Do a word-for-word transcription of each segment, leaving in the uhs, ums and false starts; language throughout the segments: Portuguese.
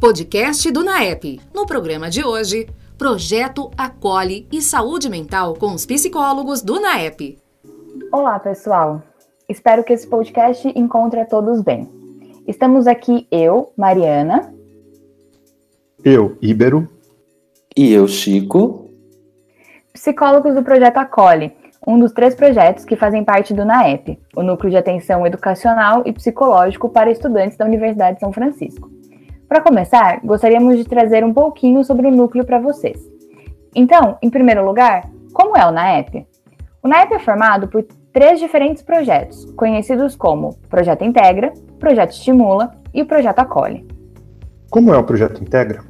podcast do NAEP. No programa de hoje, Projeto Acolhe e Saúde Mental com os psicólogos do NAEP. Olá, pessoal. Espero que esse podcast encontre a todos bem. Estamos aqui eu, Mariana. Eu, Íbero. E eu, Chico. Psicólogos do Projeto Acolhe, um dos três projetos que fazem parte do NAEP, o Núcleo de Atenção Educacional e Psicológico para Estudantes da Universidade de São Francisco. Para começar, gostaríamos de trazer um pouquinho sobre o núcleo para vocês. Então, em primeiro lugar, como é o NAEP? O NAEP é formado por três diferentes projetos, conhecidos como Projeto Integra, Projeto Estimula e o Projeto Acolhe. Como é o Projeto Integra?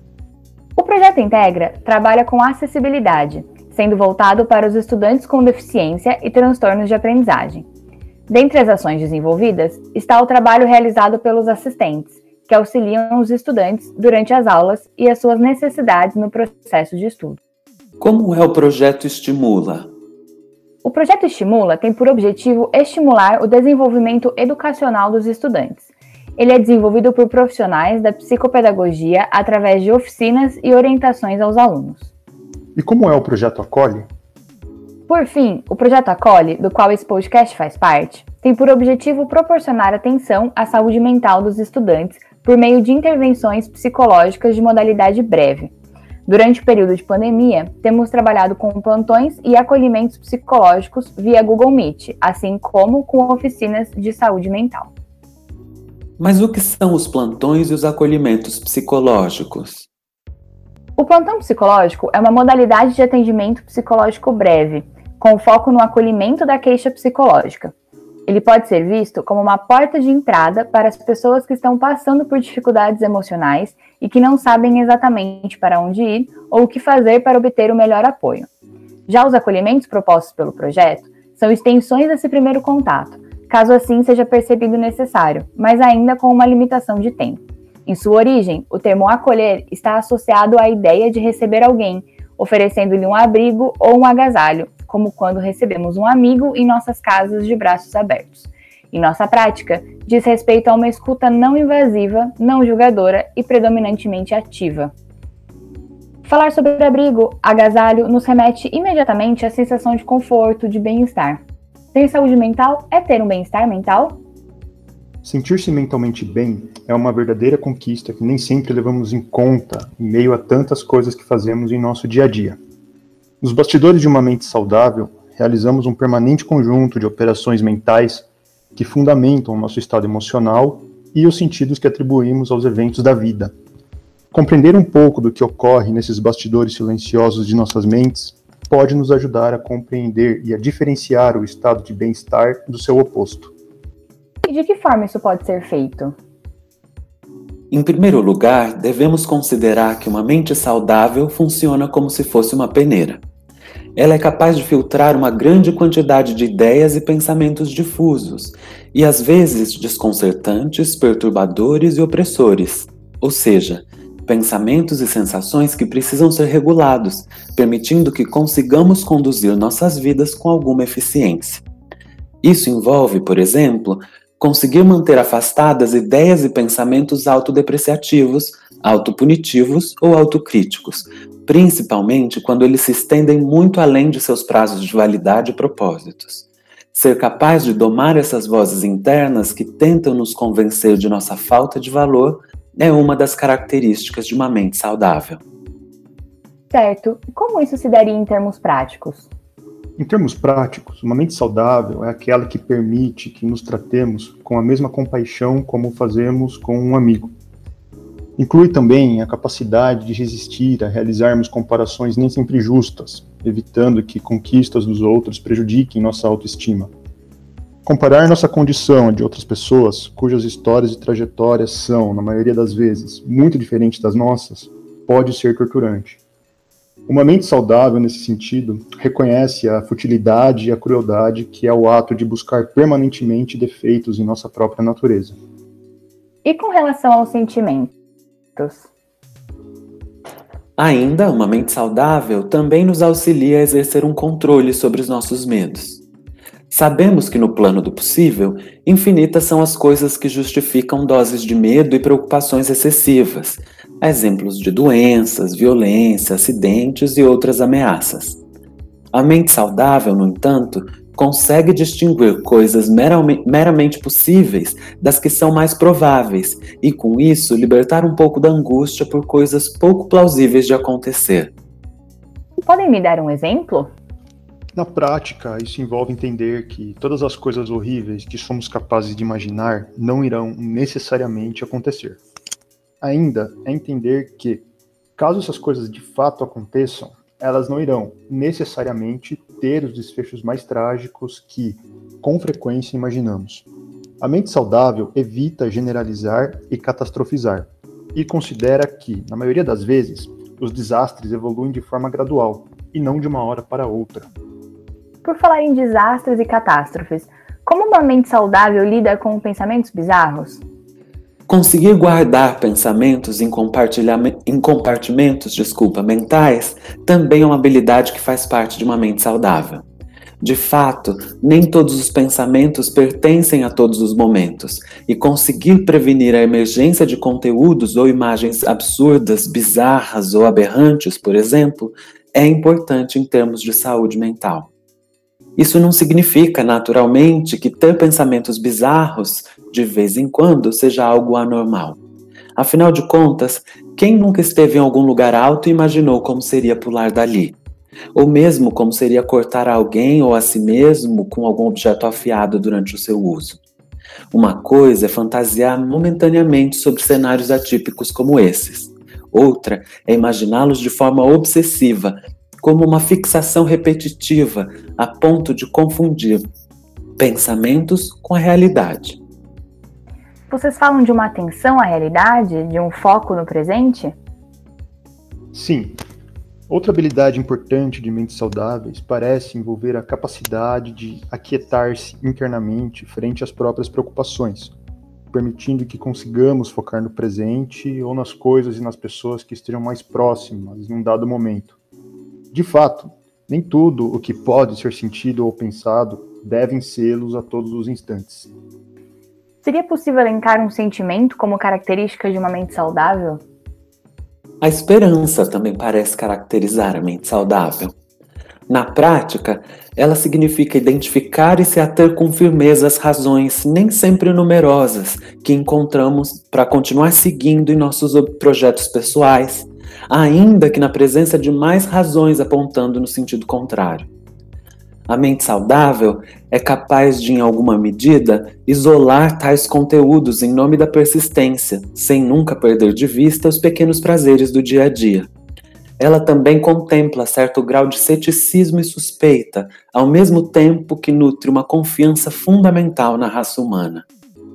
O Projeto Integra trabalha com acessibilidade, sendo voltado para os estudantes com deficiência e transtornos de aprendizagem. Dentre as ações desenvolvidas está o trabalho realizado pelos assistentes, que auxiliam os estudantes durante as aulas e as suas necessidades no processo de estudo. Como é o Projeto Estimula? O Projeto Estimula tem por objetivo estimular o desenvolvimento educacional dos estudantes. Ele é desenvolvido por profissionais da psicopedagogia através de oficinas e orientações aos alunos. E como é o Projeto Acolhe? Por fim, o Projeto Acolhe, do qual esse podcast faz parte, tem por objetivo proporcionar atenção à saúde mental dos estudantes por meio de intervenções psicológicas de modalidade breve. Durante o período de pandemia, temos trabalhado com plantões e acolhimentos psicológicos via Google Meet, assim como com oficinas de saúde mental. Mas o que são os plantões e os acolhimentos psicológicos? O plantão psicológico é uma modalidade de atendimento psicológico breve, com foco no acolhimento da queixa psicológica. Ele pode ser visto como uma porta de entrada para as pessoas que estão passando por dificuldades emocionais e que não sabem exatamente para onde ir ou o que fazer para obter o melhor apoio. Já os acolhimentos propostos pelo projeto são extensões desse primeiro contato, caso assim seja percebido necessário, mas ainda com uma limitação de tempo. Em sua origem, o termo acolher está associado à ideia de receber alguém, oferecendo-lhe um abrigo ou um agasalho, como quando recebemos um amigo em nossas casas de braços abertos. Em nossa prática, diz respeito a uma escuta não invasiva, não julgadora e predominantemente ativa. Falar sobre abrigo, agasalho, nos remete imediatamente à sensação de conforto, de bem-estar. Ter saúde mental é ter um bem-estar mental? Sentir-se mentalmente bem é uma verdadeira conquista que nem sempre levamos em conta em meio a tantas coisas que fazemos em nosso dia a dia. Nos bastidores de uma mente saudável, realizamos um permanente conjunto de operações mentais que fundamentam o nosso estado emocional e os sentidos que atribuímos aos eventos da vida. Compreender um pouco do que ocorre nesses bastidores silenciosos de nossas mentes pode nos ajudar a compreender e a diferenciar o estado de bem-estar do seu oposto. E de que forma isso pode ser feito? Em primeiro lugar, devemos considerar que uma mente saudável funciona como se fosse uma peneira. Ela é capaz de filtrar uma grande quantidade de ideias e pensamentos difusos, e às vezes desconcertantes, perturbadores e opressores, ou seja, pensamentos e sensações que precisam ser regulados, permitindo que consigamos conduzir nossas vidas com alguma eficiência. Isso envolve, por exemplo, conseguir manter afastadas ideias e pensamentos autodepreciativos, autopunitivos ou autocríticos, principalmente quando eles se estendem muito além de seus prazos de validade e propósitos. Ser capaz de domar essas vozes internas que tentam nos convencer de nossa falta de valor é uma das características de uma mente saudável. Certo. E como isso se daria em termos práticos? Em termos práticos, uma mente saudável é aquela que permite que nos tratemos com a mesma compaixão como fazemos com um amigo. Inclui também a capacidade de resistir a realizarmos comparações nem sempre justas, evitando que conquistas dos outros prejudiquem nossa autoestima. Comparar nossa condição a de outras pessoas, cujas histórias e trajetórias são, na maioria das vezes, muito diferentes das nossas, pode ser torturante. Uma mente saudável, nesse sentido, reconhece a futilidade e a crueldade que é o ato de buscar permanentemente defeitos em nossa própria natureza. E com relação aos sentimentos? Ainda, uma mente saudável também nos auxilia a exercer um controle sobre os nossos medos. Sabemos que no plano do possível, infinitas são as coisas que justificam doses de medo e preocupações excessivas, exemplos de doenças, violência, acidentes e outras ameaças. A mente saudável, no entanto, consegue distinguir coisas meramente possíveis das que são mais prováveis e, com isso, libertar um pouco da angústia por coisas pouco plausíveis de acontecer. Podem me dar um exemplo? Na prática, isso envolve entender que todas as coisas horríveis que somos capazes de imaginar não irão necessariamente acontecer. Ainda é entender que, caso essas coisas de fato aconteçam, elas não irão necessariamente ter os desfechos mais trágicos que, com frequência, imaginamos. A mente saudável evita generalizar e catastrofizar, e considera que, na maioria das vezes, os desastres evoluem de forma gradual, e não de uma hora para outra. Por falar em desastres e catástrofes, como uma mente saudável lida com pensamentos bizarros? Conseguir guardar pensamentos em, em compartimentos desculpa, mentais também é uma habilidade que faz parte de uma mente saudável. De fato, nem todos os pensamentos pertencem a todos os momentos, e conseguir prevenir a emergência de conteúdos ou imagens absurdas, bizarras ou aberrantes, por exemplo, é importante em termos de saúde mental. Isso não significa, naturalmente, que ter pensamentos bizarros, de vez em quando, seja algo anormal. Afinal de contas, quem nunca esteve em algum lugar alto e imaginou como seria pular dali? Ou mesmo como seria cortar alguém ou a si mesmo com algum objeto afiado durante o seu uso? Uma coisa é fantasiar momentaneamente sobre cenários atípicos como esses. Outra é imaginá-los de forma obsessiva, como uma fixação repetitiva, a ponto de confundir pensamentos com a realidade. Vocês falam de uma atenção à realidade, de um foco no presente? Sim. Outra habilidade importante de mentes saudáveis parece envolver a capacidade de aquietar-se internamente frente às próprias preocupações, permitindo que consigamos focar no presente ou nas coisas e nas pessoas que estejam mais próximas em um dado momento. De fato, nem tudo o que pode ser sentido ou pensado devem sê-los a todos os instantes. Seria possível elencar um sentimento como característica de uma mente saudável? A esperança também parece caracterizar a mente saudável. Na prática, ela significa identificar e se ater com firmeza às razões, nem sempre numerosas, que encontramos para continuar seguindo em nossos projetos pessoais, ainda que na presença de mais razões apontando no sentido contrário. A mente saudável é capaz de, em alguma medida, isolar tais conteúdos em nome da persistência, sem nunca perder de vista os pequenos prazeres do dia a dia. Ela também contempla certo grau de ceticismo e suspeita, ao mesmo tempo que nutre uma confiança fundamental na raça humana.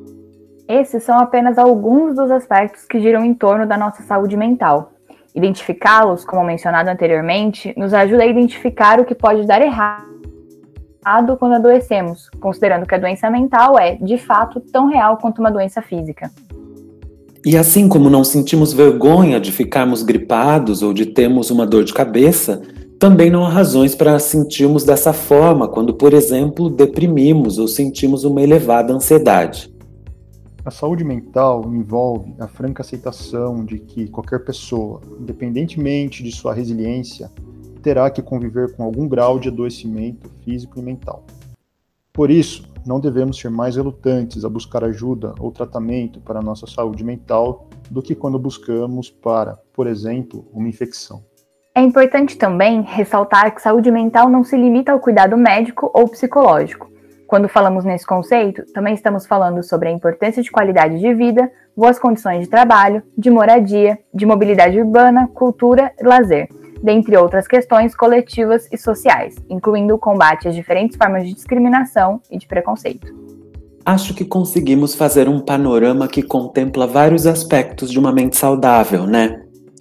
Esses são apenas alguns dos aspectos que giram em torno da nossa saúde mental. Identificá-los, como mencionado anteriormente, nos ajuda a identificar o que pode dar errado quando adoecemos, considerando que a doença mental é, de fato, tão real quanto uma doença física. E assim como não sentimos vergonha de ficarmos gripados ou de termos uma dor de cabeça, também não há razões para sentirmos dessa forma quando, por exemplo, deprimimos ou sentimos uma elevada ansiedade. A saúde mental envolve a franca aceitação de que qualquer pessoa, independentemente de sua resiliência, terá que conviver com algum grau de adoecimento físico e mental. Por isso, não devemos ser mais relutantes a buscar ajuda ou tratamento para a nossa saúde mental do que quando buscamos para, por exemplo, uma infecção. É importante também ressaltar que saúde mental não se limita ao cuidado médico ou psicológico. Quando falamos nesse conceito, também estamos falando sobre a importância de qualidade de vida, boas condições de trabalho, de moradia, de mobilidade urbana, cultura e lazer, dentre outras questões coletivas e sociais, incluindo o combate às diferentes formas de discriminação e de preconceito. Acho que conseguimos fazer um panorama que contempla vários aspectos de uma mente saudável, né?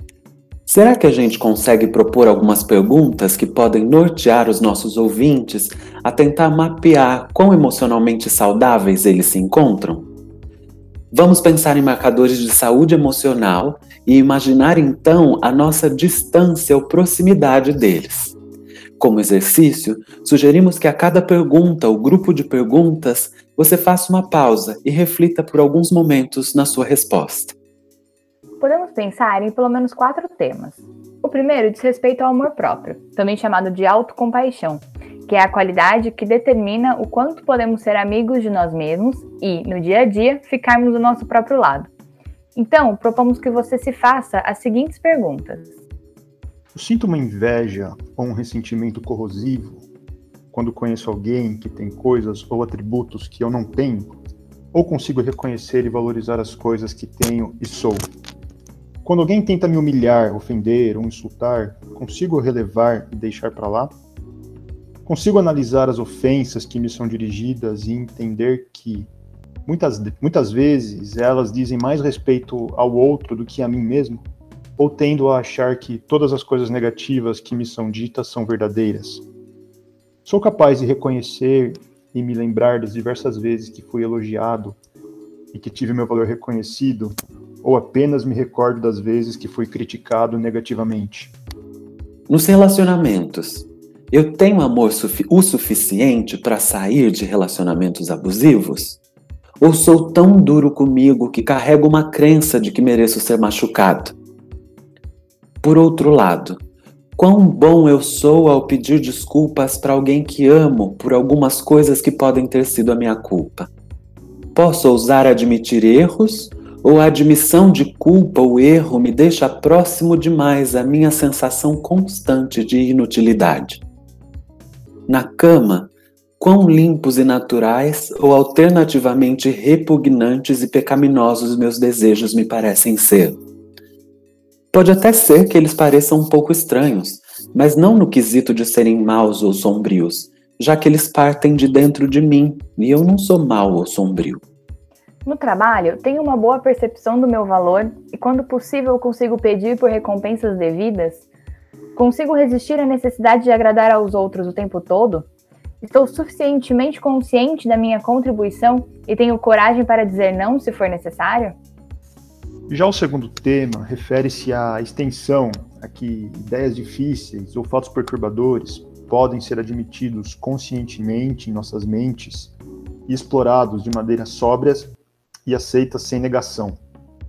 Será que a gente consegue propor algumas perguntas que podem nortear os nossos ouvintes a tentar mapear quão emocionalmente saudáveis eles se encontram? Vamos pensar em marcadores de saúde emocional e imaginar então a nossa distância ou proximidade deles. Como exercício, sugerimos que a cada pergunta ou grupo de perguntas, você faça uma pausa e reflita por alguns momentos na sua resposta. Podemos pensar em pelo menos quatro temas. O primeiro diz respeito ao amor próprio, também chamado de autocompaixão, que é a qualidade que determina o quanto podemos ser amigos de nós mesmos e, no dia a dia, ficarmos do nosso próprio lado. Então, propomos que você se faça as seguintes perguntas. Eu sinto uma inveja ou um ressentimento corrosivo quando conheço alguém que tem coisas ou atributos que eu não tenho, ou consigo reconhecer e valorizar as coisas que tenho e sou. Quando alguém tenta me humilhar, ofender ou insultar, consigo relevar e deixar para lá? Consigo analisar as ofensas que me são dirigidas e entender que, muitas, muitas vezes, elas dizem mais respeito ao outro do que a mim mesmo? Ou tendo a achar que todas as coisas negativas que me são ditas são verdadeiras? Sou capaz de reconhecer e me lembrar das diversas vezes que fui elogiado e que tive meu valor reconhecido, ou apenas me recordo das vezes que fui criticado negativamente? Nos relacionamentos, eu tenho amor sufi- o suficiente para sair de relacionamentos abusivos? Ou sou tão duro comigo que carrego uma crença de que mereço ser machucado? Por outro lado, quão bom eu sou ao pedir desculpas para alguém que amo por algumas coisas que podem ter sido a minha culpa? Posso ousar admitir erros? Ou a admissão de culpa ou erro me deixa próximo demais à minha sensação constante de inutilidade? Na cama, quão limpos e naturais ou alternativamente repugnantes e pecaminosos meus desejos me parecem ser? Pode até ser que eles pareçam um pouco estranhos, mas não no quesito de serem maus ou sombrios, já que eles partem de dentro de mim e eu não sou mau ou sombrio. No trabalho, tenho uma boa percepção do meu valor e, quando possível, consigo pedir por recompensas devidas? Consigo resistir à necessidade de agradar aos outros o tempo todo? Estou suficientemente consciente da minha contribuição e tenho coragem para dizer não se for necessário? Já o segundo tema refere-se à extensão a que ideias difíceis ou fatos perturbadores podem ser admitidos conscientemente em nossas mentes e explorados de maneiras sóbrias e aceitas sem negação.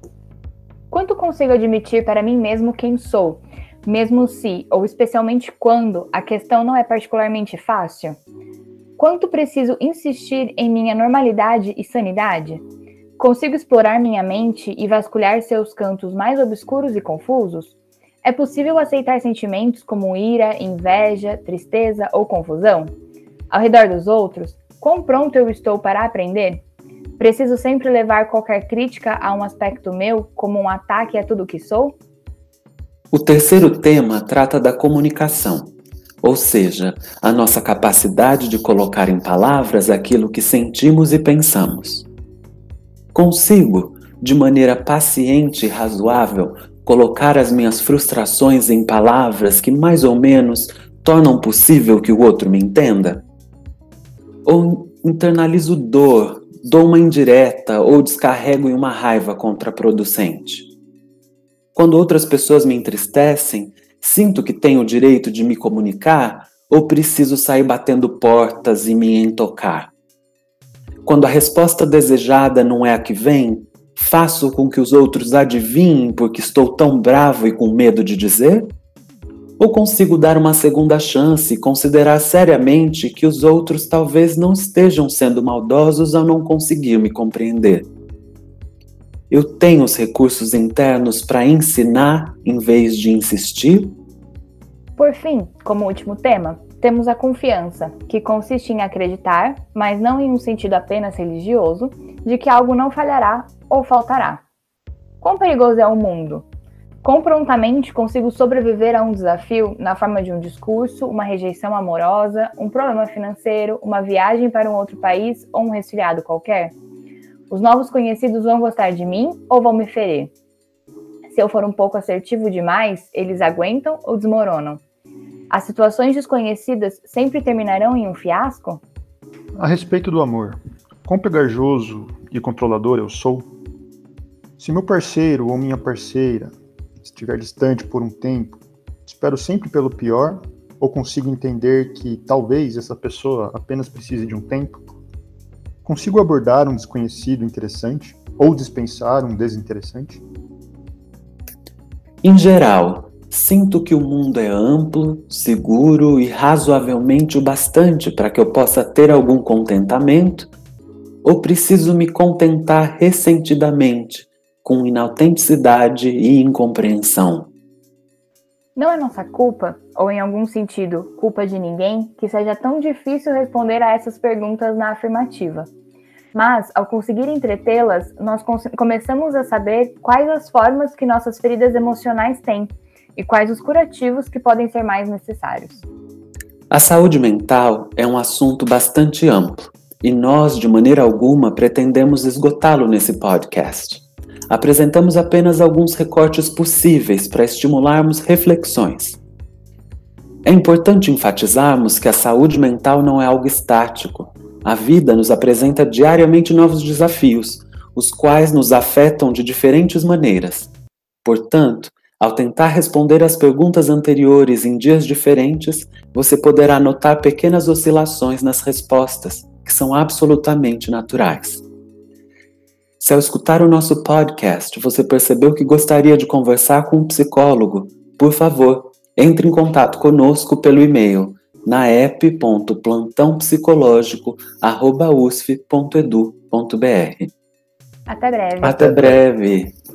Quanto consigo admitir para mim mesmo quem sou, mesmo se, ou especialmente quando, a questão não é particularmente fácil? Quanto preciso insistir em minha normalidade e sanidade? Consigo explorar minha mente e vasculhar seus cantos mais obscuros e confusos? É possível aceitar sentimentos como ira, inveja, tristeza ou confusão? Ao redor dos outros, quão pronto eu estou para aprender? Preciso sempre levar qualquer crítica a um aspecto meu como um ataque a tudo que sou? O terceiro tema trata da comunicação, ou seja, a nossa capacidade de colocar em palavras aquilo que sentimos e pensamos. Consigo, de maneira paciente e razoável, colocar as minhas frustrações em palavras que mais ou menos tornam possível que o outro me entenda? Ou internalizo dor, dou uma indireta ou descarrego em uma raiva contraproducente? Quando outras pessoas me entristecem, sinto que tenho o direito de me comunicar ou preciso sair batendo portas e me entocar? Quando a resposta desejada não é a que vem, faço com que os outros adivinhem porque estou tão bravo e com medo de dizer? Ou consigo dar uma segunda chance e considerar seriamente que os outros talvez não estejam sendo maldosos ao não conseguir me compreender? Eu tenho os recursos internos para ensinar em vez de insistir? Por fim, como último tema, temos a confiança, que consiste em acreditar, mas não em um sentido apenas religioso, de que algo não falhará ou faltará. Quão perigoso é o mundo? Quão prontamente consigo sobreviver a um desafio na forma de um discurso, uma rejeição amorosa, um problema financeiro, uma viagem para um outro país ou um resfriado qualquer? Os novos conhecidos vão gostar de mim ou vão me ferir? Se eu for um pouco assertivo demais, eles aguentam ou desmoronam? As situações desconhecidas sempre terminarão em um fiasco? A respeito do amor, quão pegajoso e controlador eu sou? Se meu parceiro ou minha parceira estiver distante por um tempo, espero sempre pelo pior ou consigo entender que talvez essa pessoa apenas precise de um tempo? Consigo abordar um desconhecido interessante ou dispensar um desinteressante? Em geral, sinto que o mundo é amplo, seguro e razoavelmente o bastante para que eu possa ter algum contentamento, ou preciso me contentar ressentidamente, com inautenticidade e incompreensão? Não é nossa culpa, ou em algum sentido, culpa de ninguém, que seja tão difícil responder a essas perguntas na afirmativa. Mas, ao conseguir entretê-las, nós começamos a saber quais as formas que nossas feridas emocionais têm e quais os curativos que podem ser mais necessários. A saúde mental é um assunto bastante amplo e nós, de maneira alguma, pretendemos esgotá-lo nesse podcast. Apresentamos apenas alguns recortes possíveis para estimularmos reflexões. É importante enfatizarmos que a saúde mental não é algo estático. A vida nos apresenta diariamente novos desafios, os quais nos afetam de diferentes maneiras. Portanto, ao tentar responder às perguntas anteriores em dias diferentes, você poderá notar pequenas oscilações nas respostas, que são absolutamente naturais. Se ao escutar o nosso podcast você percebeu que gostaria de conversar com um psicólogo, por favor, entre em contato conosco pelo e-mail naep ponto plantão psicológico arroba usf ponto edu ponto br. Até breve. Até breve.